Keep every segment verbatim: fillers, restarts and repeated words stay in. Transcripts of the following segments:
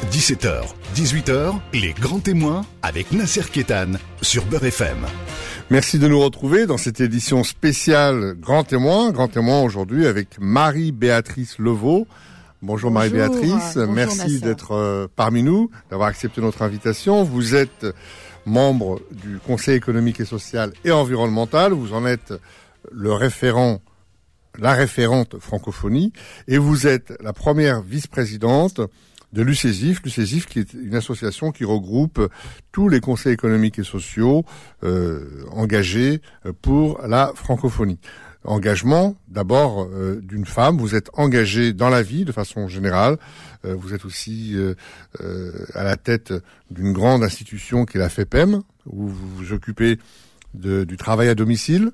dix-sept heures, dix-huit heures, les grands témoins avec Nasser Kétan sur Beurre F M. Merci de nous retrouver dans cette édition spéciale Grand Témoin. Grand Témoin aujourd'hui avec Marie-Béatrice Levaux. Bonjour, bonjour Marie-Béatrice, bonjour, merci Nasser. d'être euh, parmi nous, d'avoir accepté notre invitation. Vous êtes membre du Conseil économique et social et environnemental, vous en êtes le référent, la référente francophonie, et vous êtes la première vice-présidente de l'U C E S I F, l'U C E S I F qui est une association qui regroupe tous les conseils économiques et sociaux euh, engagés pour la francophonie. Engagement, d'abord, euh, d'une femme, vous êtes engagée dans la vie de façon générale, euh, vous êtes aussi euh, euh, à la tête d'une grande institution qui est la F E P E M, où vous vous occupez de, du travail à domicile,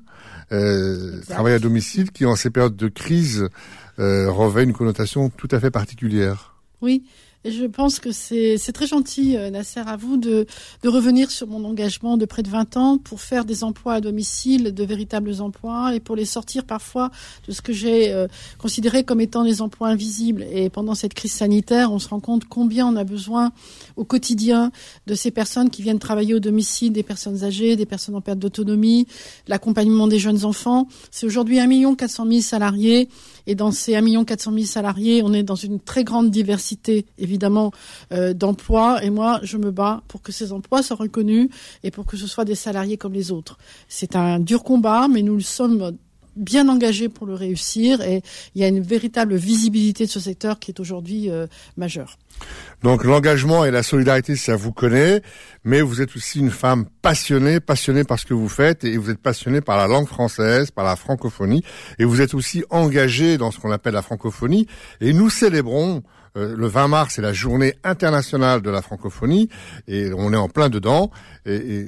euh, travail à domicile qui, en ces périodes de crise, euh, revêt une connotation tout à fait particulière. Oui. Et je pense que c'est, c'est très gentil, Nasser, à vous de, de revenir sur mon engagement de près de vingt ans pour faire des emplois à domicile, de véritables emplois, et pour les sortir parfois de ce que j'ai euh, considéré comme étant des emplois invisibles. Et pendant cette crise sanitaire, on se rend compte combien on a besoin au quotidien de ces personnes qui viennent travailler au domicile, des personnes âgées, des personnes en perte d'autonomie, l'accompagnement des jeunes enfants. C'est aujourd'hui un million quatre cent mille salariés. Et dans ces un million quatre cent mille salariés, on est dans une très grande diversité, évidemment, euh, d'emplois. Et moi, je me bats pour que ces emplois soient reconnus et pour que ce soient des salariés comme les autres. C'est un dur combat, mais nous le sommes bien engagés pour le réussir. Et il y a une véritable visibilité de ce secteur qui est aujourd'hui euh, majeure. Donc l'engagement et la solidarité, ça vous connaît, mais vous êtes aussi une femme passionnée, passionnée par ce que vous faites, et vous êtes passionnée par la langue française, par la francophonie, et vous êtes aussi engagée dans ce qu'on appelle la francophonie, et nous célébrons euh, le vingt mars, c'est la journée internationale de la francophonie, et on est en plein dedans. Et, et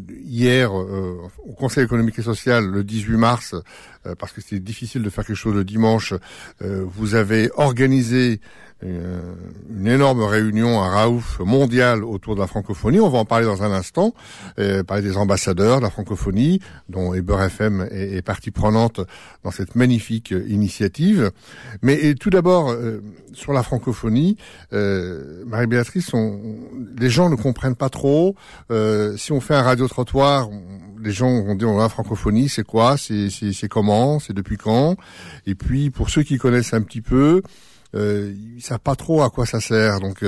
hier, euh, au Conseil économique et social, le dix-huit mars, euh, parce que c'était difficile de faire quelque chose le dimanche, euh, vous avez organisé Euh, une énorme réunion, un raouf mondial autour de la francophonie. On va en parler dans un instant, euh, parler des ambassadeurs de la francophonie, dont Beurre F M est, est partie prenante dans cette magnifique initiative. Mais et tout d'abord, euh, sur la francophonie, euh, Marie-Béatrice, on, les gens ne comprennent pas trop. Euh, si on fait un radio-trottoir, on, les gens vont dire, oh, la francophonie, c'est quoi, c'est, c'est, c'est comment, c'est depuis quand. Et puis, pour ceux qui connaissent un petit peu, Euh, ils savent pas trop à quoi ça sert. Donc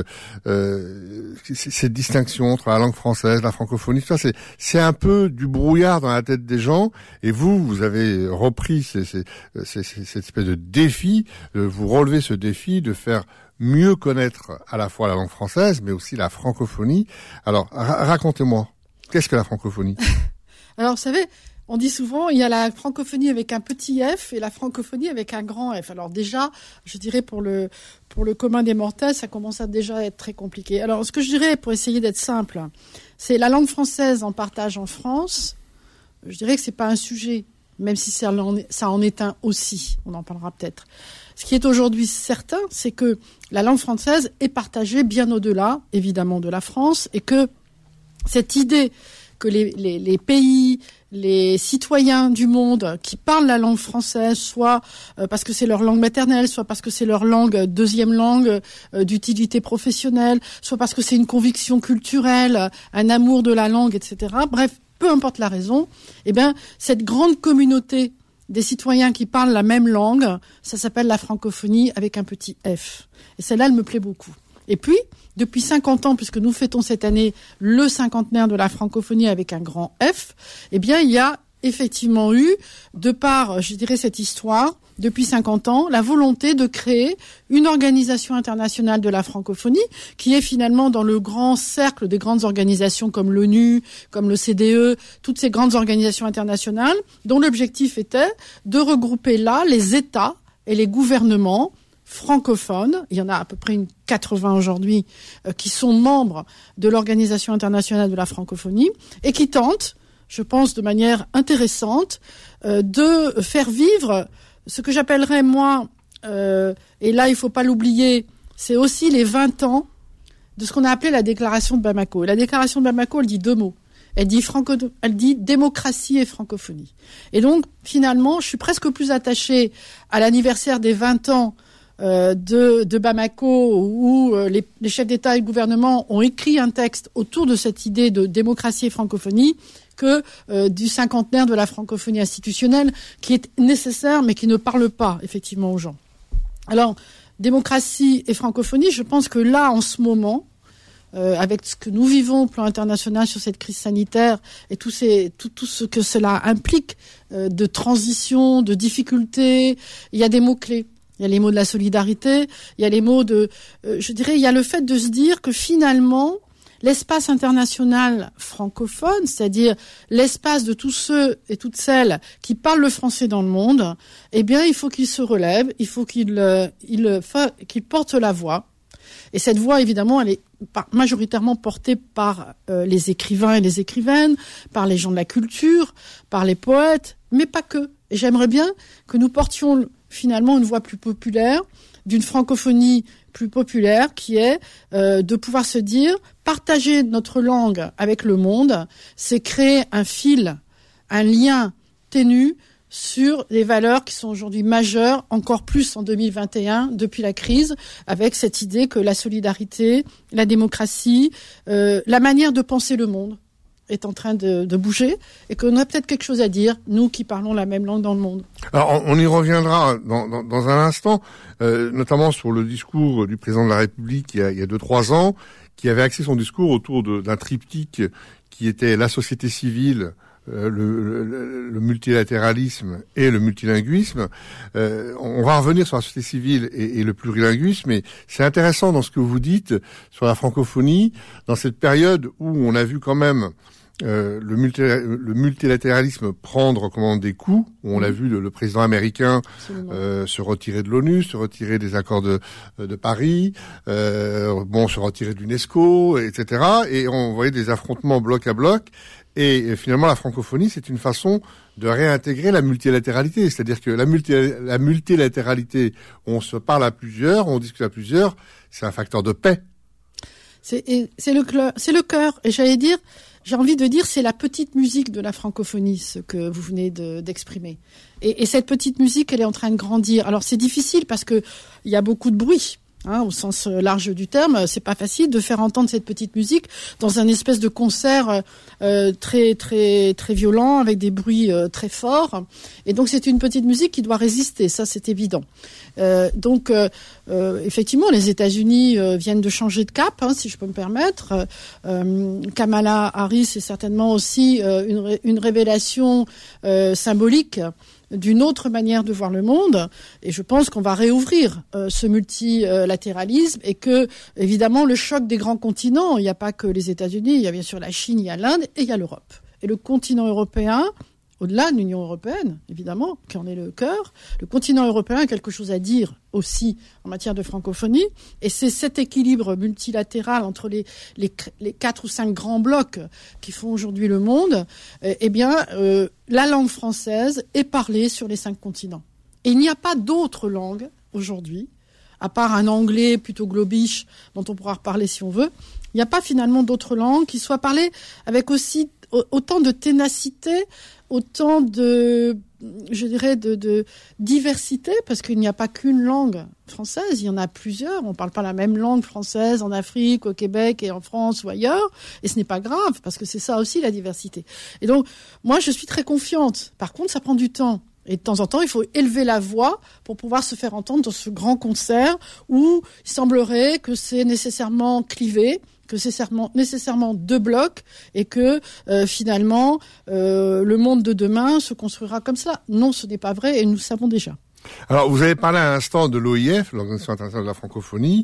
euh, cette distinction entre la langue française, la francophonie, tout ça, c'est c'est un peu du brouillard dans la tête des gens. Et vous, vous avez repris ces, ces, ces, ces, cette espèce de défi, de vous relever ce défi de faire mieux connaître à la fois la langue française, mais aussi la francophonie. Alors ra- racontez-moi, qu'est-ce que la francophonie? Alors vous savez, on dit souvent, il y a la francophonie avec un petit F et la francophonie avec un grand F. Alors déjà, je dirais pour le pour le commun des mortels, ça commence à déjà être très compliqué. Alors ce que je dirais, pour essayer d'être simple, c'est la langue française en partage en France. Je dirais que c'est pas un sujet, même si ça en est, ça en est un aussi. On en parlera peut-être. Ce qui est aujourd'hui certain, c'est que la langue française est partagée bien au-delà, évidemment, de la France, et que cette idée que les, les, les pays, les citoyens du monde qui parlent la langue française, soit euh, parce que c'est leur langue maternelle, soit parce que c'est leur langue euh, deuxième langue euh, d'utilité professionnelle, soit parce que c'est une conviction culturelle, un amour de la langue, et cetera. Bref, peu importe la raison, eh bien, cette grande communauté des citoyens qui parlent la même langue, ça s'appelle la francophonie avec un petit F. Et celle-là, elle me plaît beaucoup. Et puis, depuis cinquante ans, puisque nous fêtons cette année le cinquantenaire de la francophonie avec un grand F, eh bien, il y a effectivement eu, de par, je dirais, cette histoire, depuis cinquante ans, la volonté de créer une organisation internationale de la francophonie qui est finalement dans le grand cercle des grandes organisations comme l'ONU, comme le C D E, toutes ces grandes organisations internationales, dont l'objectif était de regrouper là les États et les gouvernements francophones, il y en a à peu près une quatre-vingts aujourd'hui, euh, qui sont membres de l'Organisation internationale de la francophonie et qui tentent, je pense de manière intéressante, euh, de faire vivre ce que j'appellerais, moi, euh, et là il ne faut pas l'oublier, c'est aussi les vingt ans de ce qu'on a appelé la déclaration de Bamako. Et la déclaration de Bamako, elle dit deux mots. Elle dit, franco- elle dit démocratie et francophonie. Et donc, finalement, je suis presque plus attachée à l'anniversaire des vingt ans euh, de, de Bamako, où euh, les, les chefs d'État et de gouvernement ont écrit un texte autour de cette idée de démocratie et francophonie, que euh, du cinquantenaire de la francophonie institutionnelle, qui est nécessaire, mais qui ne parle pas, effectivement, aux gens. Alors, démocratie et francophonie, je pense que là, en ce moment, euh, avec ce que nous vivons au plan international sur cette crise sanitaire et tout, ces, tout, tout ce que cela implique euh, de transition, de difficultés, il y a des mots-clés. Il y a les mots de la solidarité, il y a les mots de... Euh, je dirais, il y a le fait de se dire que finalement, l'espace international francophone, c'est-à-dire l'espace de tous ceux et toutes celles qui parlent le français dans le monde, eh bien, il faut qu'il se relève, il faut qu'il, euh, il, qu'il porte la voix. Et cette voix, évidemment, elle est majoritairement portée par euh, les écrivains et les écrivaines, par les gens de la culture, par les poètes, mais pas que. Et j'aimerais bien que nous portions finalement une voix plus populaire, d'une francophonie plus populaire, qui est euh, de pouvoir se dire, partager notre langue avec le monde, c'est créer un fil, un lien ténu sur les valeurs qui sont aujourd'hui majeures, encore plus en deux mille vingt et un, depuis la crise, avec cette idée que la solidarité, la démocratie, euh, la manière de penser le monde est en train de, de bouger, et qu'on a peut-être quelque chose à dire, nous qui parlons la même langue dans le monde. Alors, on, on y reviendra dans, dans, dans un instant, euh, notamment sur le discours du président de la République il y a, il y a deux, trois ans, qui avait axé son discours autour de, d'un triptyque qui était la société civile, euh, le, le, le multilatéralisme et le multilinguisme. Euh, on va revenir sur la société civile et, et le plurilinguisme, mais c'est intéressant dans ce que vous dites sur la francophonie, dans cette période où on a vu quand même Euh, le, multi, le multilatéralisme prendre comment des coups. On l'a vu, le, le président américain euh, se retirer de l'ONU, se retirer des accords de, de Paris, euh, bon, se retirer de l'UNESCO, et cetera. Et on voyait des affrontements bloc à bloc. Et, et finalement, la francophonie, c'est une façon de réintégrer la multilatéralité. C'est-à-dire que la, multi, la multilatéralité, on se parle à plusieurs, on discute à plusieurs, c'est un facteur de paix. C'est, c'est le cœur, c'est le cœur. Et j'allais dire, j'ai envie de dire, c'est la petite musique de la francophonie, ce que vous venez de, d'exprimer. Et, et cette petite musique, elle est en train de grandir. Alors c'est difficile parce que il y a beaucoup de bruit. Hein, au sens large du terme, c'est pas facile de faire entendre cette petite musique dans un espèce de concert euh, très très très violent avec des bruits euh, très forts. Et donc c'est une petite musique qui doit résister, ça c'est évident. Euh, donc euh, euh, effectivement, les États-Unis euh, viennent de changer de cap, hein, si je peux me permettre. Euh, Kamala Harris est certainement aussi euh, une, ré- une révélation euh, symbolique d'une autre manière de voir le monde, et je pense qu'on va réouvrir euh, ce multilatéralisme, et que, évidemment, le choc des grands continents, il n'y a pas que les États-Unis, il y a bien sûr la Chine, il y a l'Inde, et il y a l'Europe. Et le continent européen, au-delà de l'Union européenne, évidemment, qui en est le cœur, le continent européen a quelque chose à dire aussi en matière de francophonie, et c'est cet équilibre multilatéral entre les, les, les quatre ou cinq grands blocs qui font aujourd'hui le monde, eh, eh bien, euh, la langue française est parlée sur les cinq continents. Et il n'y a pas d'autre langue aujourd'hui, à part un anglais plutôt globish, dont on pourra reparler si on veut, il n'y a pas finalement d'autres langues qui soient parlées avec aussi autant de ténacité, autant de, je dirais, de, de diversité, parce qu'il n'y a pas qu'une langue française, il y en a plusieurs. On ne parle pas la même langue française en Afrique, au Québec et en France ou ailleurs, et ce n'est pas grave, parce que c'est ça aussi la diversité. Et donc, moi, je suis très confiante. Par contre, ça prend du temps. Et de temps en temps, il faut élever la voix pour pouvoir se faire entendre dans ce grand concert où il semblerait que c'est nécessairement clivé, que c'est nécessairement deux blocs, et que euh, finalement euh, le monde de demain se construira comme cela. Non, ce n'est pas vrai, et nous le savons déjà. Alors, vous avez parlé à l'instant de l'O I F, l'Organisation internationale de la francophonie.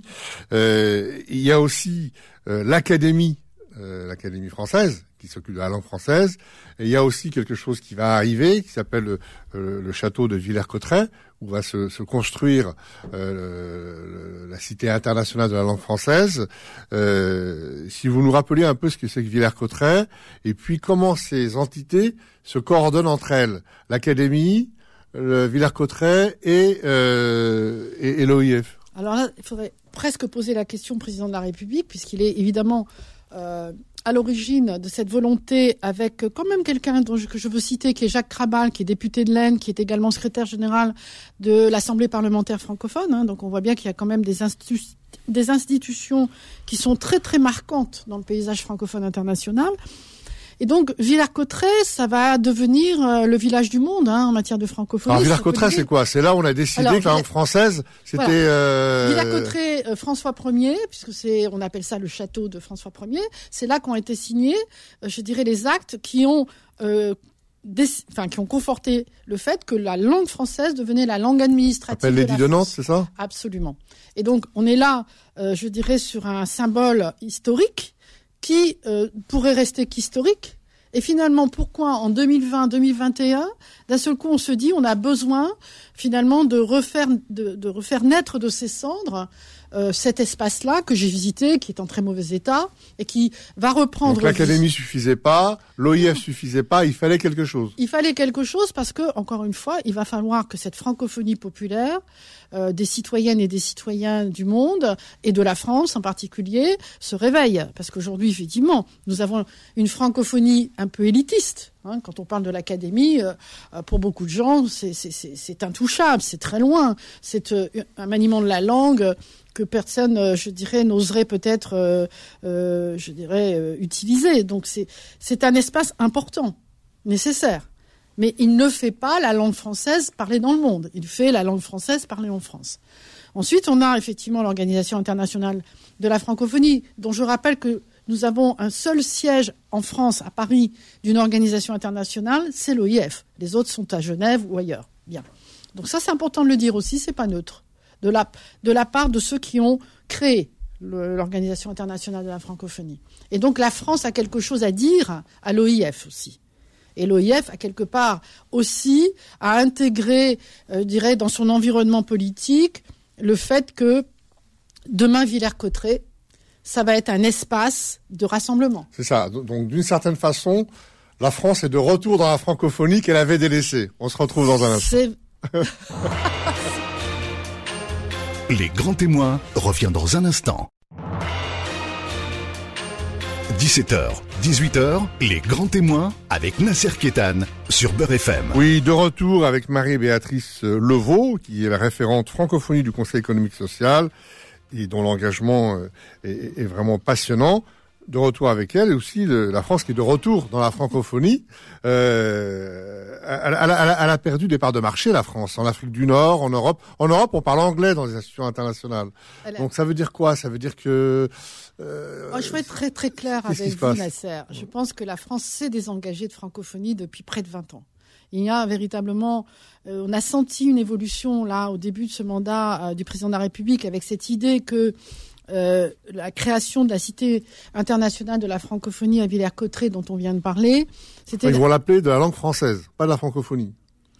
Euh, il y a aussi euh, l'Académie, euh, l'Académie française, qui s'occupe de la langue française. Et il y a aussi quelque chose qui va arriver, qui s'appelle le, le, le château de Villers-Cotterêts, où va se, se construire euh, le, la cité internationale de la langue française. Euh, si vous nous rappelez un peu ce que c'est que Villers-Cotterêts, et puis comment ces entités se coordonnent entre elles, l'Académie, le Villers-Cotterêts et, euh, et, et l'O I F. Alors là, il faudrait presque poser la question au président de la République, puisqu'il est évidemment euh, à l'origine de cette volonté, avec quand même quelqu'un dont je, que je veux citer, qui est Jacques Krabal, qui est député de l'Aisne, qui est également secrétaire général de l'Assemblée parlementaire francophone. Hein, donc on voit bien qu'il y a quand même des, institu- des institutions qui sont très très marquantes dans le paysage francophone international. Et donc, Villers-Cotterêts, ça va devenir euh, le village du monde hein, en matière de francophonie. Alors, Villers-Cotterêts, c'est quoi? C'est là où on a décidé Alors, que la langue française, c'était... Voilà. Euh... Villers-Cotterêts, euh, François Ier, puisque c'est, on appelle ça le château de François Ier, c'est là qu'ont été signés, euh, je dirais, les actes qui ont... Euh, Des, enfin, qui ont conforté le fait que la langue française devenait la langue administrative. Appelle l'édit de, de Nantes, c'est ça? Absolument. Et donc, on est là, euh, je dirais, sur un symbole historique qui euh, pourrait rester qu'historique. Et finalement, pourquoi en deux mille vingt, deux mille vingt et un, d'un seul coup, on se dit on a besoin finalement de refaire, de, de refaire naître de ses cendres euh, cet espace-là que j'ai visité, qui est en très mauvais état, et qui va reprendre... Donc l'académie suffisait pas, l'O I F suffisait pas, il fallait quelque chose. Il fallait quelque chose parce que, encore une fois, il va falloir que cette francophonie populaire, euh, des citoyennes et des citoyens du monde, et de la France en particulier, se réveille. Parce qu'aujourd'hui, effectivement, nous avons une francophonie un peu élitiste. Hein, quand on parle de l'académie, euh, pour beaucoup de gens, c'est, c'est, c'est, c'est intouchable, c'est très loin. C'est euh, un maniement de la langue que personne, euh, je dirais, n'oserait peut-être, euh, euh, je dirais, euh, utiliser. Donc c'est, c'est un espace important, nécessaire. Mais il ne fait pas la langue française parlée dans le monde. Il fait la langue française parlée en France. Ensuite, on a effectivement l'Organisation internationale de la francophonie, dont je rappelle que nous avons un seul siège en France, à Paris, d'une organisation internationale, c'est l'O I F. Les autres sont à Genève ou ailleurs. Bien. Donc ça, c'est important de le dire aussi, c'est pas neutre. De la, de la part de ceux qui ont créé le, l'Organisation internationale de la francophonie. Et donc la France a quelque chose à dire à l'O I F aussi. Et l'O I F a quelque part aussi à intégrer, euh, je dirais, dans son environnement politique, le fait que demain, Villers-Cotterêts, ça va être un espace de rassemblement. C'est ça. Donc, d'une certaine façon, la France est de retour dans la francophonie qu'elle avait délaissée. On se retrouve dans un instant. C'est... Les grands témoins revient dans un instant. dix-sept heures, dix-huit heures, les grands témoins avec Nasser Kétane sur Beurre F M. Oui, de retour avec Marie-Béatrice Levaux, qui est la référente francophonie du Conseil économique social et dont l'engagement est, est vraiment passionnant. De retour avec elle, et aussi le, la France qui est de retour dans la francophonie. Euh, elle, elle, elle, elle a perdu des parts de marché, la France, en Afrique du Nord, en Europe. En Europe, on parle anglais dans les institutions internationales. A... Donc ça veut dire quoi? Ça veut dire que... Euh, oh, je vais être très très clair avec vous, Nasser. Je pense que la France s'est désengagée de francophonie depuis près de vingt ans. Il y a véritablement... Euh, on a senti une évolution, là, au début de ce mandat euh, du président de la République, avec cette idée que Euh, la création de la Cité internationale de la francophonie à Villers-Cotterêts, dont on vient de parler. C'était... Ils vont l'appeler de la langue française, pas de la francophonie.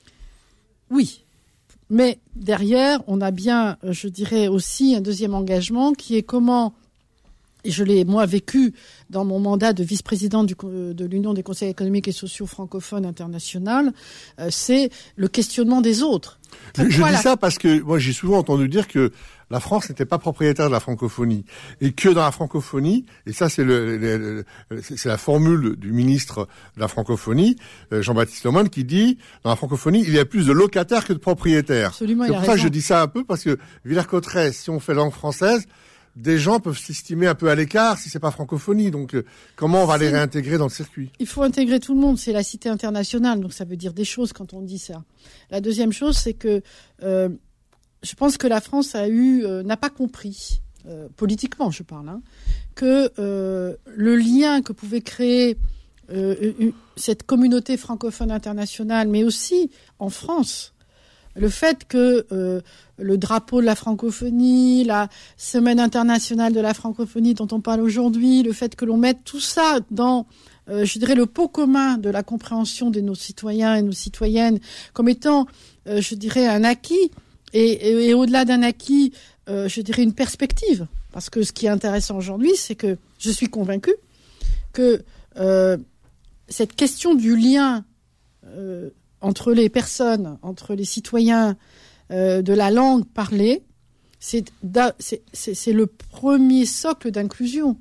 Oui, mais derrière, on a bien, je dirais aussi, un deuxième engagement qui est comment, et je l'ai moi vécu dans mon mandat de vice-président du, de l'Union des conseils économiques et sociaux francophones internationales, euh, c'est le questionnement des autres. Pourquoi je, je dis la... ça parce que moi j'ai souvent entendu dire que la France n'était pas propriétaire de la francophonie et que dans la francophonie, et ça c'est le, le, le c'est la formule du ministre de la francophonie, Jean-Baptiste Lemoyne, qui dit dans la francophonie il y a plus de locataires que de propriétaires. Absolument, c'est il a pour ça raison. que je dis ça un peu parce que Villers-Cotterêts, si on fait langue française, des gens peuvent s'estimer un peu à l'écart si c'est pas francophonie. Donc, euh, comment on va c'est... les réintégrer dans le circuit? Il faut intégrer tout le monde. C'est la cité internationale, donc ça veut dire des choses quand on dit ça. La deuxième chose, c'est que euh, je pense que la France a eu euh, n'a pas compris euh, politiquement, je parle, hein, que euh, le lien que pouvait créer euh, une, cette communauté francophone internationale, mais aussi en France. Le fait que euh, le drapeau de la francophonie, la semaine internationale de la francophonie dont on parle aujourd'hui, le fait que l'on mette tout ça dans, euh, je dirais, le pot commun de la compréhension de nos citoyens et nos citoyennes comme étant, euh, je dirais, un acquis et, et, et au-delà d'un acquis, euh, je dirais, une perspective. Parce que ce qui est intéressant aujourd'hui, c'est que je suis convaincue que euh, cette question du lien euh, entre les personnes, entre les citoyens, euh, de la langue parlée, c'est, c'est, c'est, c'est le premier socle d'inclusion.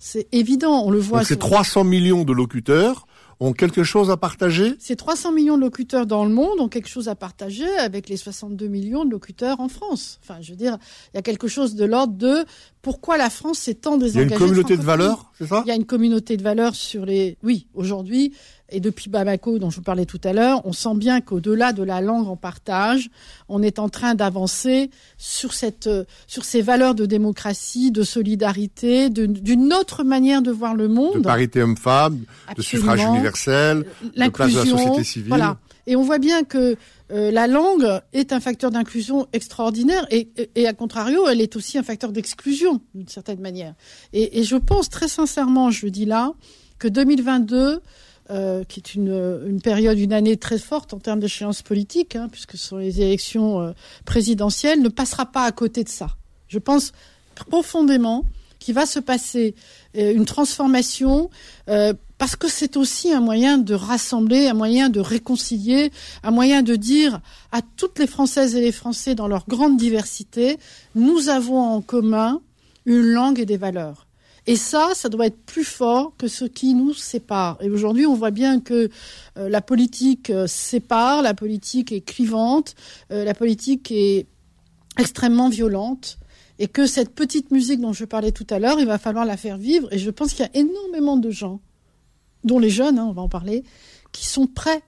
C'est évident, on le voit. Donc ces trois cents millions de locuteurs ont quelque chose à partager ? Ces trois cents millions de locuteurs dans le monde ont quelque chose à partager avec les soixante-deux millions de locuteurs en France. Enfin, je veux dire, il y a quelque chose de l'ordre de pourquoi la France s'est tant désengagée. Il y a une communauté de valeurs, c'est ça ? Il y a une communauté de valeurs sur les... Oui, aujourd'hui, et depuis Bamako, dont je vous parlais tout à l'heure, on sent bien qu'au-delà de la langue en partage, on est en train d'avancer sur cette, sur ces valeurs de démocratie, de solidarité, de, d'une autre manière de voir le monde. De parité homme-femme, de suffrage universel, de place de la société civile. Voilà. Et on voit bien que euh, la langue est un facteur d'inclusion extraordinaire et, et, et à contrario, elle est aussi un facteur d'exclusion d'une certaine manière. Et, et je pense très sincèrement, je le dis là, que deux mille vingt-deux, euh, qui est une, une période, une année très forte en termes d'échéances politiques, hein, puisque ce sont les élections euh, présidentielles, ne passera pas à côté de ça. Je pense profondément qu'il va se passer euh, une transformation euh, parce que c'est aussi un moyen de rassembler, un moyen de réconcilier, un moyen de dire à toutes les Françaises et les Français dans leur grande diversité, nous avons en commun une langue et des valeurs. Et ça, ça doit être plus fort que ce qui nous sépare. Et aujourd'hui, on voit bien que euh, la politique euh, sépare, la politique est clivante, euh, la politique est extrêmement violente. Et que cette petite musique dont je parlais tout à l'heure, il va falloir la faire vivre. Et je pense qu'il y a énormément de gens, dont les jeunes, hein, on va en parler, qui sont prêts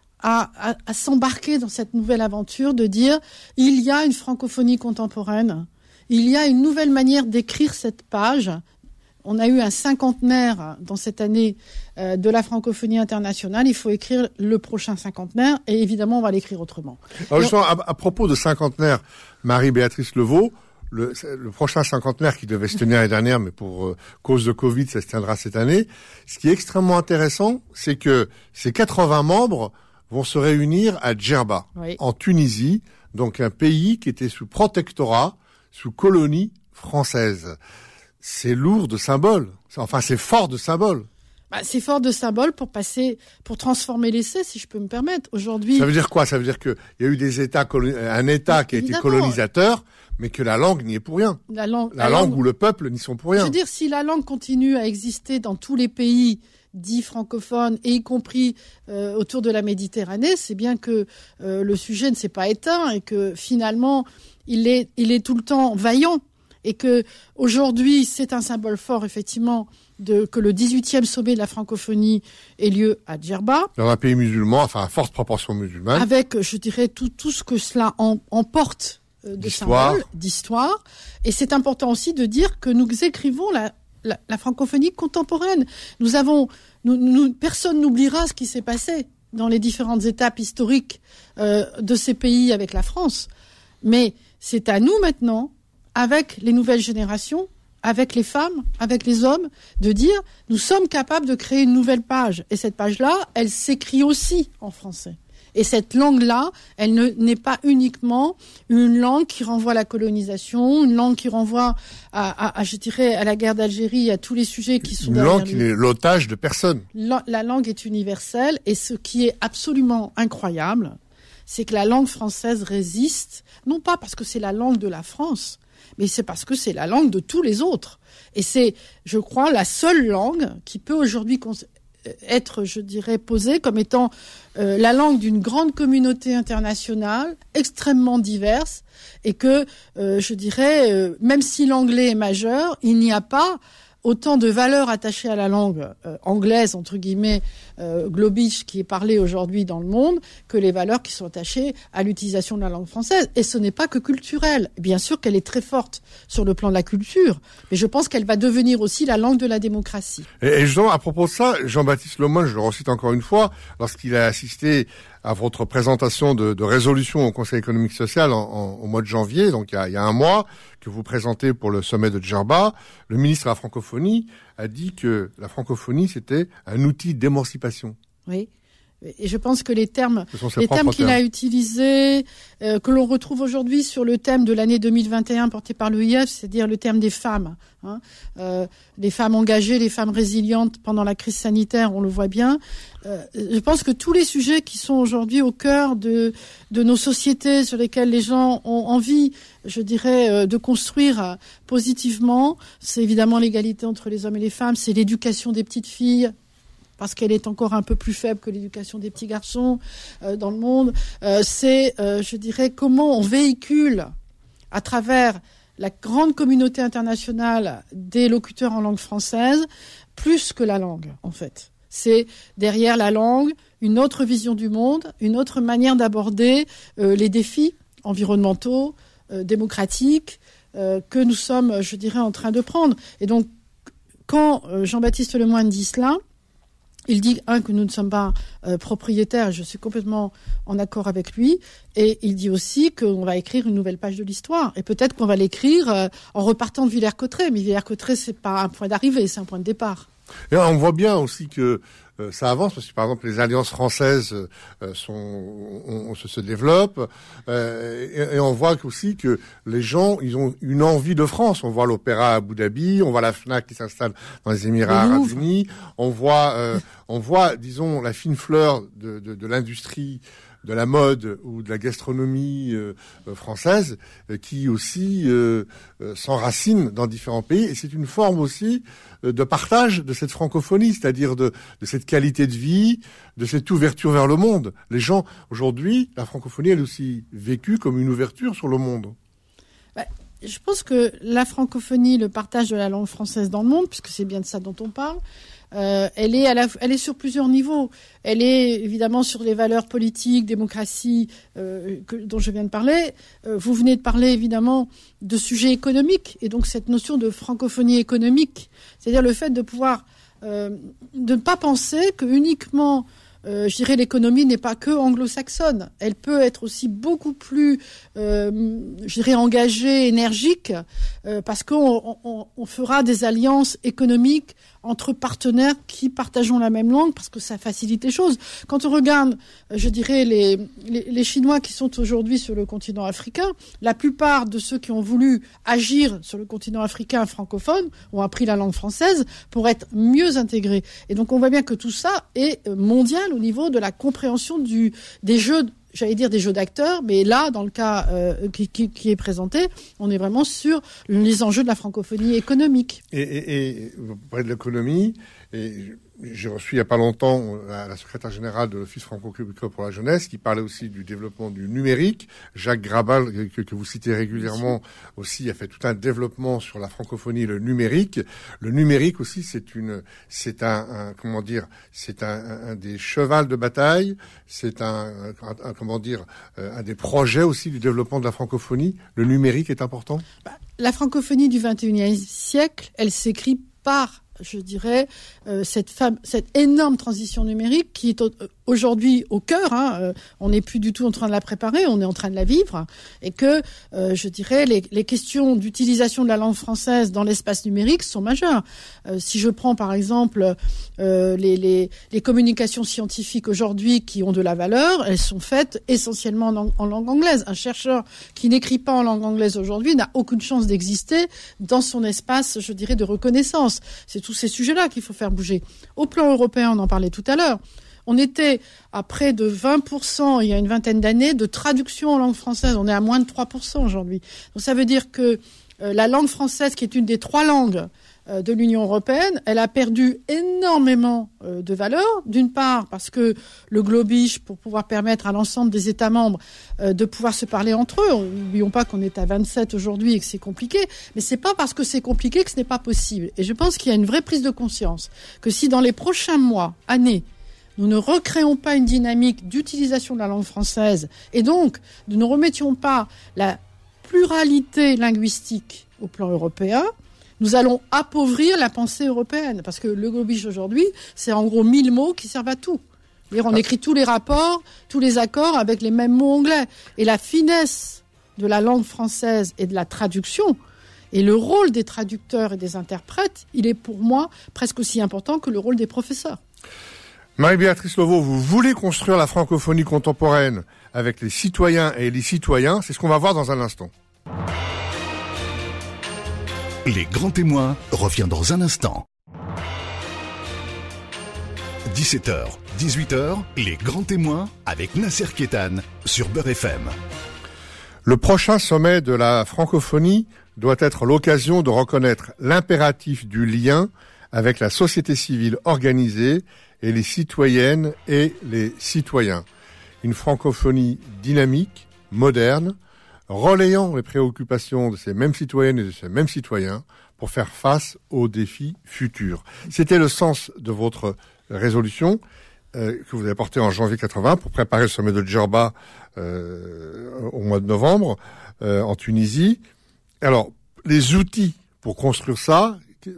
à, à, à s'embarquer dans cette nouvelle aventure de dire il y a une francophonie contemporaine, il y a une nouvelle manière d'écrire cette page. On a eu un cinquantenaire dans cette année euh, de la francophonie internationale. Il faut écrire le prochain cinquantenaire et évidemment, on va l'écrire autrement. Alors justement, à, à propos de cinquantenaire, Marie-Béatrice Levaux, le, le prochain cinquantenaire qui devait se tenir l'année dernière, mais pour euh, cause de Covid, ça se tiendra cette année. Ce qui est extrêmement intéressant, c'est que ces quatre-vingts membres vont se réunir à Djerba, oui. en Tunisie, donc un pays qui était sous protectorat, sous colonie française. C'est lourd de symboles. Enfin, c'est fort de symboles. Bah, c'est fort de symboles pour passer, pour transformer l'essai, si je peux me permettre. Aujourd'hui. Ça veut dire quoi? Ça veut dire que il y a eu des États, un État qui a été colonisateur, mais que la langue n'y est pour rien. La langue, la, la langue, langue ou le peuple n'y sont pour rien. Je veux dire, si la langue continue à exister dans tous les pays dits francophones, et y compris euh, autour de la Méditerranée, c'est bien que euh, le sujet ne s'est pas éteint et que finalement, il est, il est tout le temps vaillant. Et que aujourd'hui, c'est un symbole fort, effectivement, de que le dix-huitième sommet de la francophonie ait lieu à Djerba. Dans un pays musulman, enfin, à forte proportion musulmane. Avec, je dirais, tout, tout ce que cela en, emporte euh, de d'histoire. symboles, d'histoire. Et c'est important aussi de dire que nous écrivons la, la, la francophonie contemporaine. Nous avons, nous, nous, personne n'oubliera ce qui s'est passé dans les différentes étapes historiques euh, de ces pays avec la France. Mais c'est à nous maintenant, avec les nouvelles générations, avec les femmes, avec les hommes, de dire nous sommes capables de créer une nouvelle page. Et cette page-là, elle s'écrit aussi en français. Et cette langue-là, elle ne, n'est pas uniquement une langue qui renvoie à la colonisation, une langue qui renvoie à, à, à je dirais, à la guerre d'Algérie, à tous les sujets qui sont une derrière langue qui n'est l'otage de personne. La, la langue est universelle et ce qui est absolument incroyable, c'est que la langue française résiste, non pas parce que c'est la langue de la France, mais c'est parce que c'est la langue de tous les autres. Et c'est, je crois, la seule langue qui peut aujourd'hui cons- être, je dirais, posée comme étant euh, la langue d'une grande communauté internationale, extrêmement diverse, et que, euh, je dirais, euh, même si l'anglais est majeur, il n'y a pas autant de valeurs attachées à la langue euh, anglaise, entre guillemets, euh, globish, qui est parlée aujourd'hui dans le monde, que les valeurs qui sont attachées à l'utilisation de la langue française. Et ce n'est pas que culturel. Bien sûr qu'elle est très forte sur le plan de la culture, mais je pense qu'elle va devenir aussi la langue de la démocratie. Et, et justement, à propos de ça, Jean-Baptiste Lemoyne, je le recite encore une fois, lorsqu'il a assisté à votre présentation de, de résolution au Conseil économique et social en, en, au mois de janvier, donc il y, a, il y a un mois, que vous présentez pour le sommet de Djerba, le ministre de la francophonie a dit que la francophonie, c'était un outil d'émancipation. Oui. Et je pense que les termes, les termes qu'il termes. a utilisés, euh, que l'on retrouve aujourd'hui sur le thème de l'année deux mille vingt et un porté par l'O I F, c'est-à-dire le terme des femmes, hein, euh, les femmes engagées, les femmes résilientes pendant la crise sanitaire, on le voit bien. Euh, je pense que tous les sujets qui sont aujourd'hui au cœur de de nos sociétés, sur lesquels les gens ont envie, je dirais, euh, de construire positivement, c'est évidemment l'égalité entre les hommes et les femmes, c'est l'éducation des petites filles, parce qu'elle est encore un peu plus faible que l'éducation des petits garçons euh, dans le monde. Euh, c'est, euh, je dirais, comment on véhicule à travers la grande communauté internationale des locuteurs en langue française, plus que la langue, en fait. C'est derrière la langue une autre vision du monde, une autre manière d'aborder euh, les défis environnementaux, euh, démocratiques, euh, que nous sommes, je dirais, en train de prendre. Et donc, quand euh, Jean-Baptiste Lemoyne dit cela, il dit, un, que nous ne sommes pas euh, propriétaires, et je suis complètement en accord avec lui, et il dit aussi qu'on va écrire une nouvelle page de l'histoire. Et peut-être qu'on va l'écrire euh, en repartant de Villers-Cotterêts, mais Villers-Cotterêts, c'est pas un point d'arrivée, c'est un point de départ. Et on voit bien aussi que euh, ça avance, parce que par exemple les alliances françaises euh, sont, on, on se, se développent, euh, et, et on voit aussi que les gens, ils ont une envie de France. On voit l'Opéra à Abu Dhabi, on voit la FNAC qui s'installe dans les Émirats Arabes Unis, on voit, euh, on voit, disons, la fine fleur de, de, de l'industrie, de la mode ou de la gastronomie euh, française euh, qui aussi euh, euh, s'enracine dans différents pays. Et c'est une forme aussi euh, de partage de cette francophonie, c'est-à-dire de, de cette qualité de vie, de cette ouverture vers le monde. Les gens, aujourd'hui, la francophonie, elle est aussi vécue comme une ouverture sur le monde. Bah, je pense que la francophonie, le partage de la langue française dans le monde, puisque c'est bien de ça dont on parle, Euh, elle est à la, elle est sur plusieurs niveaux. Elle est évidemment sur les valeurs politiques, démocratie, euh, que, dont je viens de parler. Euh, vous venez de parler évidemment de sujets économiques, et donc cette notion de francophonie économique, c'est-à-dire le fait de pouvoir euh, de ne pas penser que uniquement Euh, je dirais l'économie n'est pas que anglo-saxonne. Elle peut être aussi beaucoup plus, euh, je dirais, engagée, énergique, euh, parce qu'on on, on fera des alliances économiques entre partenaires qui partageons la même langue, parce que ça facilite les choses. Quand on regarde, je dirais, les, les, les Chinois qui sont aujourd'hui sur le continent africain, la plupart de ceux qui ont voulu agir sur le continent africain francophone ont appris la langue française pour être mieux intégrés. Et donc on voit bien que tout ça est mondial au niveau de la compréhension du, des jeux, j'allais dire des jeux d'acteurs, mais là, dans le cas euh, qui, qui, qui est présenté, on est vraiment sur les enjeux de la francophonie économique. Et, et, et vous parlez de l'économie, et j'ai reçu il n'y a pas longtemps la, la secrétaire générale de l'Office franco-québécois pour la jeunesse, qui parlait aussi du développement du numérique. Jacques Grabal, que, que vous citez régulièrement, aussi a fait tout un développement sur la francophonie et le numérique. Le numérique aussi, c'est une, c'est un, un comment dire, c'est un, un des chevals de bataille. C'est un, un, un comment dire, un des projets aussi du développement de la francophonie. Le numérique est important. Bah, la francophonie du vingt et unième siècle, elle s'écrit par, je dirais, euh, cette, femme, cette énorme transition numérique qui est au, aujourd'hui au cœur. Hein, euh, on n'est plus du tout en train de la préparer, on est en train de la vivre. Et que, euh, je dirais, les, les questions d'utilisation de la langue française dans l'espace numérique sont majeures. Euh, si je prends, par exemple, euh, les, les, les communications scientifiques aujourd'hui qui ont de la valeur, elles sont faites essentiellement en, en langue anglaise. Un chercheur qui n'écrit pas en langue anglaise aujourd'hui n'a aucune chance d'exister dans son espace, je dirais, de reconnaissance. C'est tous ces sujets-là qu'il faut faire bouger. Au plan européen, on en parlait tout à l'heure, on était à près de vingt pour cent il y a une vingtaine d'années de traduction en langue française. On est à moins de trois pour cent aujourd'hui. Donc ça veut dire que euh, la langue française, qui est une des trois langues euh, de l'Union européenne, elle a perdu énormément euh, de valeur. D'une part, parce que le globish, pour pouvoir permettre à l'ensemble des États membres euh, de pouvoir se parler entre eux. N'oublions pas qu'on est à vingt-sept aujourd'hui et que c'est compliqué. Mais c'est pas parce que c'est compliqué que ce n'est pas possible. Et je pense qu'il y a une vraie prise de conscience que si dans les prochains mois, années, nous ne recréons pas une dynamique d'utilisation de la langue française et donc nous ne remettions pas la pluralité linguistique au plan européen, nous allons appauvrir la pensée européenne. Parce que le globish aujourd'hui, c'est en gros mille mots qui servent à tout. C'est-à-dire on écrit tous les rapports, tous les accords avec les mêmes mots anglais. Et la finesse de la langue française et de la traduction, et le rôle des traducteurs et des interprètes, il est pour moi presque aussi important que le rôle des professeurs. Marie-Béatrice Loveau, vous voulez construire la francophonie contemporaine avec les citoyens et les citoyens. C'est ce qu'on va voir dans un instant. Les grands témoins revient dans un instant. dix-sept heures, dix-huit heures, les grands témoins avec Nasser Kétan sur Beurre F M. Le prochain sommet de la francophonie doit être l'occasion de reconnaître l'impératif du lien avec la société civile organisée et les citoyennes et les citoyens. Une francophonie dynamique, moderne, relayant les préoccupations de ces mêmes citoyennes et de ces mêmes citoyens pour faire face aux défis futurs. C'était le sens de votre résolution euh, que vous avez portée en janvier quatre-vingts pour préparer le sommet de Djerba euh, au mois de novembre euh, en Tunisie. Alors, les outils pour construire ça,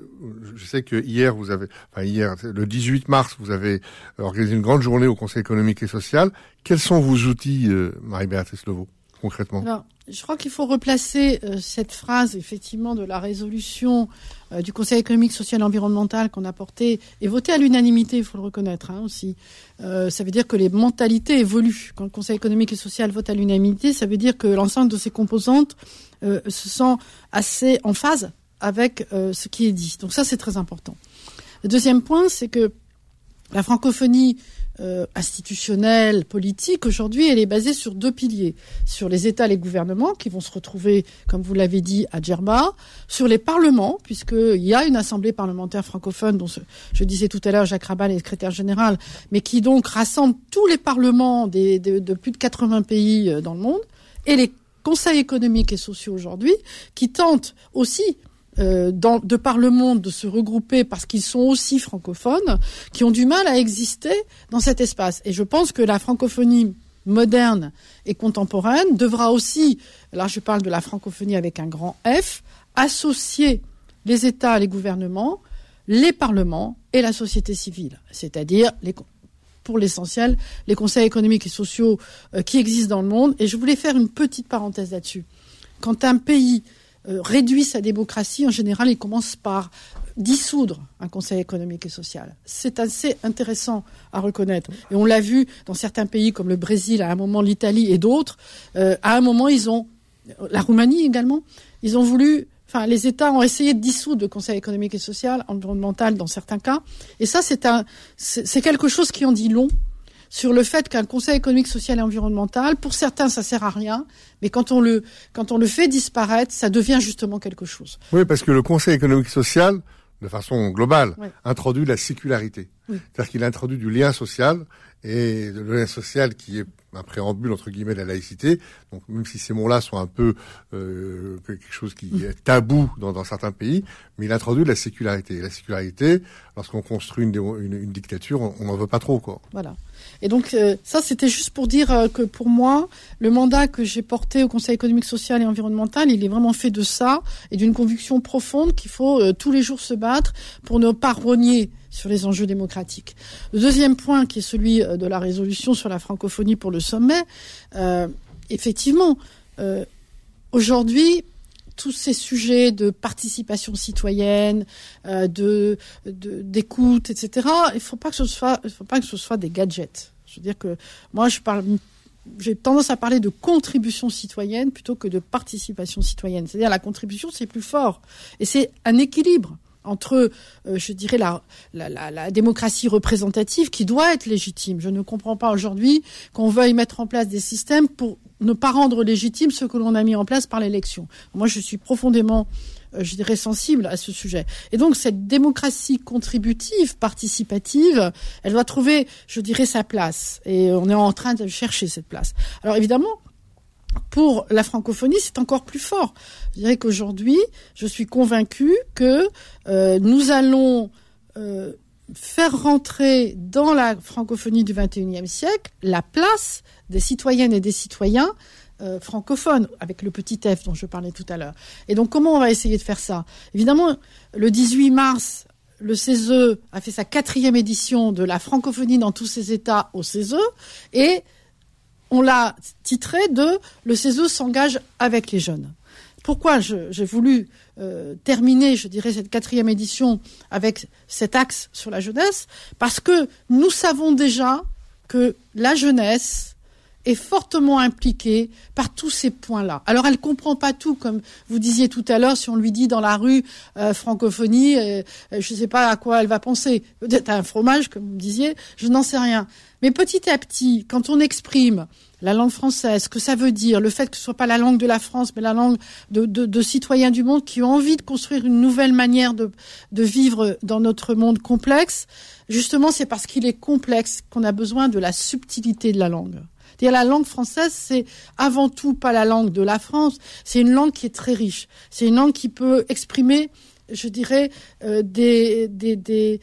je sais que hier vous avez, enfin hier, le dix-huit mars, vous avez organisé une grande journée au Conseil économique et social. Quels sont vos outils, euh, Marie-Béatrice Loveau, concrètement? Alors, je crois qu'il faut replacer euh, cette phrase, effectivement, de la résolution euh, du Conseil économique, social et environnemental qu'on a portée et votée à l'unanimité, il faut le reconnaître hein, aussi. Euh, ça veut dire que les mentalités évoluent. Quand le Conseil économique et social vote à l'unanimité, ça veut dire que l'ensemble de ses composantes euh, se sent assez en phase avec euh, ce qui est dit. Donc ça, c'est très important. Le deuxième point, c'est que la francophonie euh, institutionnelle, politique, aujourd'hui, elle est basée sur deux piliers. Sur les États, les gouvernements, qui vont se retrouver, comme vous l'avez dit, à Djerba. Sur les parlements, puisqu'il y a une assemblée parlementaire francophone, dont je disais tout à l'heure Jacques Rabal est secrétaire général, mais qui donc rassemble tous les parlements des, de, de plus de quatre-vingts pays dans le monde, et les conseils économiques et sociaux aujourd'hui, qui tentent aussi Euh, dans, de par le monde, de se regrouper parce qu'ils sont aussi francophones, qui ont du mal à exister dans cet espace. Et je pense que la francophonie moderne et contemporaine devra aussi, là je parle de la francophonie avec un grand F, associer les États, les gouvernements, les parlements et la société civile. C'est-à-dire, les, pour l'essentiel, les conseils économiques et sociaux euh, qui existent dans le monde. Et je voulais faire une petite parenthèse là-dessus. Quand un pays Euh, réduit sa démocratie, en général, il commence par dissoudre un conseil économique et social. C'est assez intéressant à reconnaître. Et on l'a vu dans certains pays comme le Brésil, à un moment l'Italie et d'autres. Euh, à un moment, ils ont, la Roumanie également, ils ont voulu, enfin, les États ont essayé de dissoudre le conseil économique et social, environnemental dans certains cas. Et ça, c'est un, c'est, c'est quelque chose qui en dit long sur le fait qu'un conseil économique, social et environnemental, pour certains, ça sert à rien, mais quand on le, quand on le fait disparaître, ça devient justement quelque chose. Oui, parce que le conseil économique et social, de façon globale, oui. introduit la sécularité. Oui. C'est-à-dire qu'il introduit du lien social, et le lien social qui est un préambule, entre guillemets, de la laïcité. Donc, même si ces mots-là sont un peu euh, quelque chose qui est tabou dans, dans certains pays, mais il introduit la sécularité. Et la sécularité, lorsqu'on construit une, une, une dictature, on n'en veut pas trop, quoi. Voilà. Et donc, euh, ça, c'était juste pour dire euh, que pour moi, le mandat que j'ai porté au Conseil économique, social et environnemental, il est vraiment fait de ça et d'une conviction profonde qu'il faut euh, tous les jours se battre pour ne pas rogner sur les enjeux démocratiques. Le deuxième point, qui est celui de la résolution sur la francophonie pour le sommet, euh, effectivement, euh, aujourd'hui, tous ces sujets de participation citoyenne, euh, de, de d'écoute, et cetera. Il faut pas que ce soit, il faut pas que ce soit des gadgets. Je veux dire que moi, je parle, j'ai tendance à parler de contribution citoyenne plutôt que de participation citoyenne. C'est-à-dire la contribution, c'est plus fort, et c'est un équilibre entre, euh, je dirais, la, la, la, la démocratie représentative qui doit être légitime. Je ne comprends pas aujourd'hui qu'on veuille mettre en place des systèmes pour ne pas rendre légitime ce que l'on a mis en place par l'élection. Moi, je suis profondément, euh, je dirais, sensible à ce sujet. Et donc, cette démocratie contributive, participative, elle doit trouver, je dirais, sa place. Et on est en train de chercher cette place. Alors, évidemment, pour la francophonie, c'est encore plus fort. Je dirais qu'aujourd'hui, je suis convaincue que euh, nous allons euh, faire rentrer dans la francophonie du vingt et unième siècle la place des citoyennes et des citoyens euh, francophones, avec le petit F dont je parlais tout à l'heure. Et donc, comment on va essayer de faire ça ? Évidemment, le dix-huit mars, le C E S E a fait sa quatrième édition de la francophonie dans tous ses États au C E S E, et on l'a titré de « Le C E S E s'engage avec les jeunes ». pourquoi je, j'ai voulu euh, terminer, je dirais, cette quatrième édition avec cet axe sur la jeunesse, parce que nous savons déjà que la jeunesse est fortement impliquée par tous ces points-là. Alors, elle comprend pas tout, comme vous disiez tout à l'heure, si on lui dit dans la rue euh, francophonie, euh, je sais pas à quoi elle va penser. Peut-être à un fromage, comme vous disiez, je n'en sais rien. Mais petit à petit, quand on exprime la langue française, ce que ça veut dire, le fait que ce soit pas la langue de la France, mais la langue de, de, de citoyens du monde qui ont envie de construire une nouvelle manière de, de vivre dans notre monde complexe, justement, c'est parce qu'il est complexe qu'on a besoin de la subtilité de la langue. C'est-à-dire la langue française, c'est avant tout pas la langue de la France, c'est une langue qui est très riche. C'est une langue qui peut exprimer, je dirais, euh, des, des, des,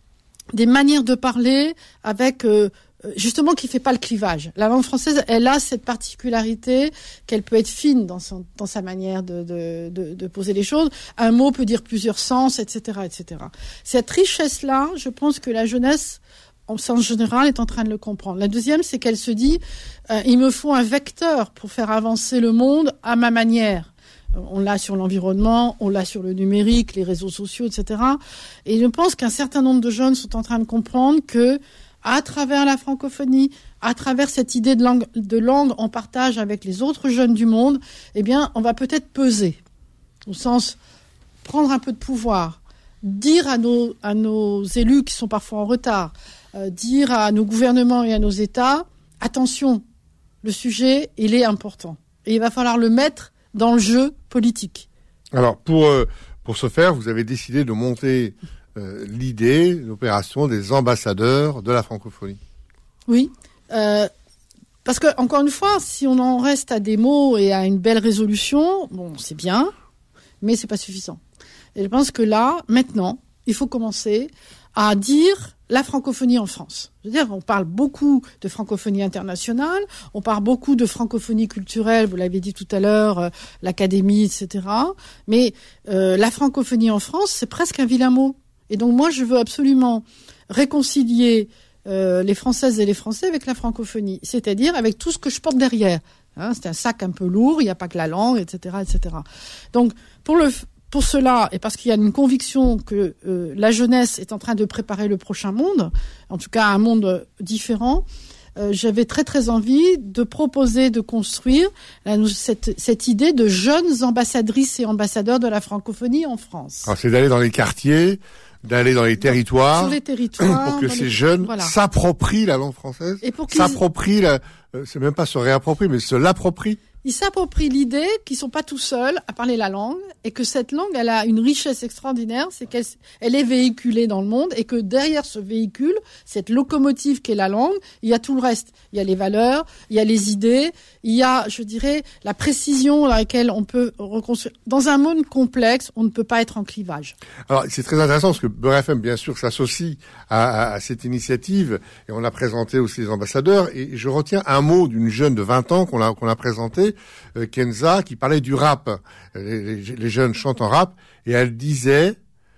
des manières de parler avec... Euh, justement qui fait pas le clivage. La langue française, elle a cette particularité qu'elle peut être fine dans son, dans sa manière de, de, de, de poser les choses. Un mot peut dire plusieurs sens, et cetera, et cetera. Cette richesse-là, je pense que la jeunesse, en sens général, est en train de le comprendre. La deuxième, c'est qu'elle se dit, euh, il me faut un vecteur pour faire avancer le monde à ma manière. On l'a sur l'environnement, on l'a sur le numérique, les réseaux sociaux, et cetera. Et je pense qu'un certain nombre de jeunes sont en train de comprendre que à travers la francophonie, à travers cette idée de langue, de langue en partage avec les autres jeunes du monde, eh bien, on va peut-être peser, au sens prendre un peu de pouvoir, dire à nos, à nos élus qui sont parfois en retard, euh, dire à nos gouvernements et à nos États, attention, le sujet, il est important. Et il va falloir le mettre dans le jeu politique. Alors, pour, euh, pour ce faire, vous avez décidé de monter... Euh, l'idée, l'opération des ambassadeurs de la francophonie. Oui, euh, parce que encore une fois, si on en reste à des mots et à une belle résolution, bon, c'est bien, mais c'est pas suffisant. Et je pense que là, maintenant, il faut commencer à dire la francophonie en France. Je veux dire, on parle beaucoup de francophonie internationale, on parle beaucoup de francophonie culturelle, vous l'avez dit tout à l'heure, euh, l'académie, et cetera. Mais euh, la francophonie en France, c'est presque un vilain mot. Et donc moi, je veux absolument réconcilier euh, les Françaises et les Français avec la francophonie, c'est-à-dire avec tout ce que je porte derrière. Hein, c'est un sac un peu lourd, il n'y a pas que la langue, et cetera, et cetera. Donc pour le pour cela, et parce qu'il y a une conviction que euh, la jeunesse est en train de préparer le prochain monde, en tout cas un monde différent, euh, j'avais très très envie de proposer, de construire la, cette, cette idée de jeunes ambassadrices et ambassadeurs de la francophonie en France. Alors c'est d'aller dans les quartiers, d'aller dans les territoires, sur les territoires pour que ces les... jeunes voilà. s'approprient la langue française, et pour qu'ils... s'approprient, la... euh, c'est même pas se réapproprient, mais se l'approprient. Ils s'approprient l'idée qu'ils sont pas tout seuls à parler la langue et que cette langue, elle a une richesse extraordinaire, c'est qu'elle elle est véhiculée dans le monde et que derrière ce véhicule, cette locomotive qu'est la langue, il y a tout le reste. Il y a les valeurs, il y a les idées, il y a, je dirais, la précision dans laquelle on peut reconstruire. Dans un monde complexe, on ne peut pas être en clivage. Alors, c'est très intéressant parce que Beurre F M, bien sûr, s'associe à, à, à cette initiative et on a présenté aussi les ambassadeurs et je retiens un mot d'une jeune de vingt ans qu'on a, qu'on a présenté, Euh, Kenza, qui parlait du rap. Les, les, les jeunes chantent en rap et elle disait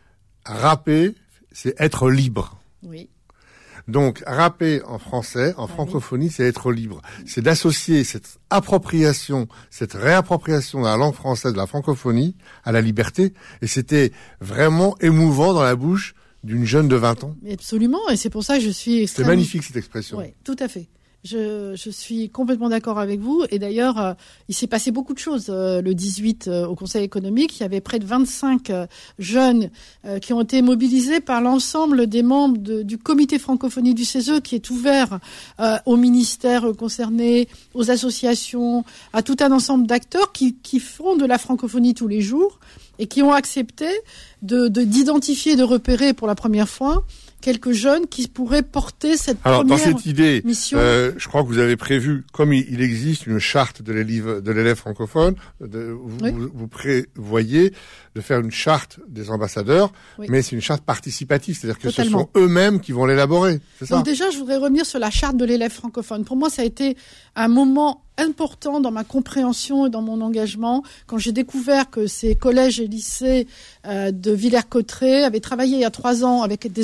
rapper, c'est être libre. Oui. Donc rapper en français, en ah, francophonie, oui. c'est être libre. C'est d'associer cette appropriation, cette réappropriation de la langue française, de la francophonie, à la liberté. Et c'était vraiment émouvant dans la bouche d'une jeune de vingt ans. Absolument, et c'est pour ça que je suis extrêmement... C'est magnifique cette expression. Oui, tout à fait. Je, je suis complètement d'accord avec vous. Et d'ailleurs, euh, il s'est passé beaucoup de choses. Euh, le dix-huit, euh, au Conseil économique, il y avait près de vingt-cinq euh, jeunes euh, qui ont été mobilisés par l'ensemble des membres de, du comité francophonie du C E S E, qui est ouvert euh, aux ministères concernés, aux associations, à tout un ensemble d'acteurs qui, qui font de la francophonie tous les jours et qui ont accepté de, de, d'identifier, de repérer pour la première fois quelques jeunes qui pourraient porter cette Alors, première dans cette idée, mission. Euh, je crois que vous avez prévu, comme il, il existe une charte de l'élève, de l'élève francophone, de, vous, oui. vous, vous prévoyez de faire une charte des ambassadeurs, oui. mais c'est une charte participative, c'est-à-dire que Totalement. Ce sont eux-mêmes qui vont l'élaborer. C'est ça. Donc déjà, je voudrais revenir sur la charte de l'élève francophone. Pour moi, ça a été un moment important dans ma compréhension et dans mon engagement quand j'ai découvert que ces collèges et lycées euh, de Villers-Cotterêts avaient travaillé il y a trois ans avec des homologues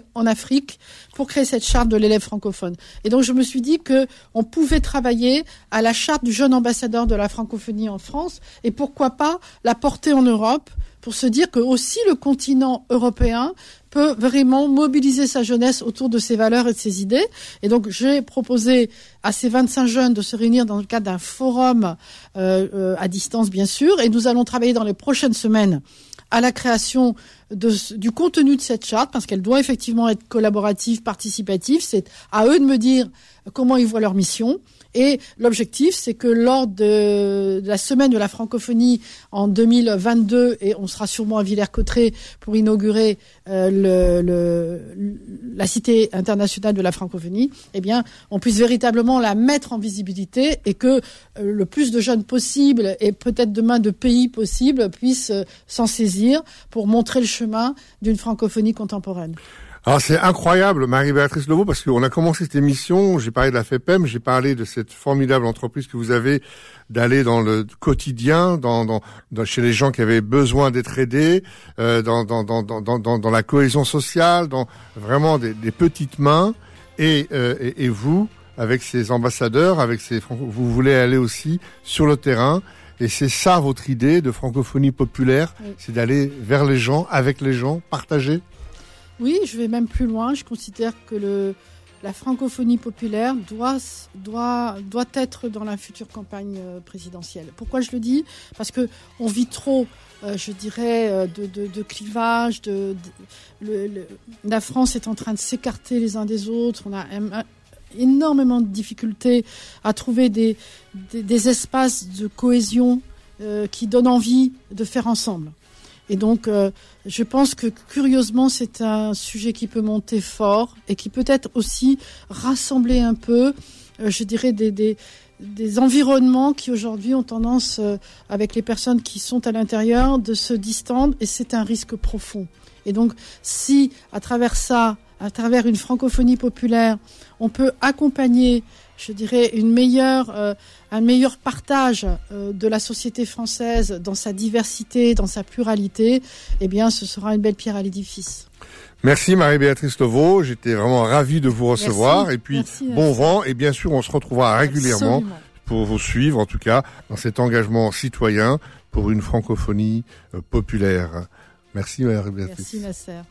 en Afrique pour créer cette charte de l'élève francophone. Et donc je me suis dit que on pouvait travailler à la charte du jeune ambassadeur de la francophonie en France et pourquoi pas la porter en Europe pour se dire que aussi le continent européen peut vraiment mobiliser sa jeunesse autour de ses valeurs et de ses idées. Et donc, j'ai proposé à ces vingt-cinq jeunes de se réunir dans le cadre d'un forum euh, euh, à distance, bien sûr. Et nous allons travailler dans les prochaines semaines à la création de, du contenu de cette charte, parce qu'elle doit effectivement être collaborative, participative. C'est à eux de me dire comment ils voient leur mission. Et l'objectif, c'est que lors de, de la semaine de la francophonie en deux mille vingt-deux, et on sera sûrement à Villers-Cotterêts pour inaugurer euh, le, le, la Cité internationale de la francophonie, eh bien, on puisse véritablement la mettre en visibilité et que euh, le plus de jeunes possible et peut-être demain de pays possibles puissent euh, s'en saisir pour montrer le chemin d'une francophonie contemporaine. Alors c'est incroyable, Marie-Béatrice Levaux, parce qu'on a commencé cette émission, j'ai parlé de la FEPEM, j'ai parlé de cette formidable entreprise que vous avez d'aller dans le quotidien, dans, dans, dans chez les gens qui avaient besoin d'être aidés, euh, dans, dans, dans, dans, dans, dans la cohésion sociale, dans vraiment des, des petites mains, et, euh, et, et vous, avec ces ambassadeurs, avec ces, vous voulez aller aussi sur le terrain. Et c'est ça votre idée de francophonie populaire, oui. C'est d'aller vers les gens, avec les gens, partager. Oui, je vais même plus loin. Je considère que le, la francophonie populaire doit, doit, doit être dans la future campagne présidentielle. Pourquoi je le dis ? Parce que on vit trop, euh, je dirais, de, de, de clivage. De, de, le, le, la France est en train de s'écarter les uns des autres. On a un, énormément de difficultés à trouver des, des, des espaces de cohésion euh, qui donnent envie de faire ensemble. Et donc, euh, je pense que curieusement, c'est un sujet qui peut monter fort et qui peut être aussi rassembler un peu, euh, je dirais, des, des, des environnements qui aujourd'hui ont tendance, euh, avec les personnes qui sont à l'intérieur, de se distendre et c'est un risque profond. Et donc, si à travers ça, à travers une francophonie populaire, on peut accompagner, je dirais, une meilleure, euh, un meilleur partage euh, de la société française dans sa diversité, dans sa pluralité, eh bien, ce sera une belle pierre à l'édifice. Merci Marie-Béatrice Levaux, j'étais vraiment ravi de vous recevoir. Merci. Et puis, merci, bon merci. vent. Et bien sûr, on se retrouvera régulièrement Absolument. Pour vous suivre, en tout cas, dans cet engagement citoyen pour une francophonie euh, populaire. Merci Marie-Béatrice. Merci Nasser.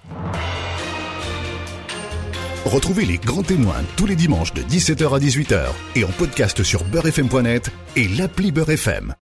Retrouvez les grands témoins tous les dimanches de dix-sept heures à dix-huit heures et en podcast sur beurre f m point net et l'appli Beurre F M.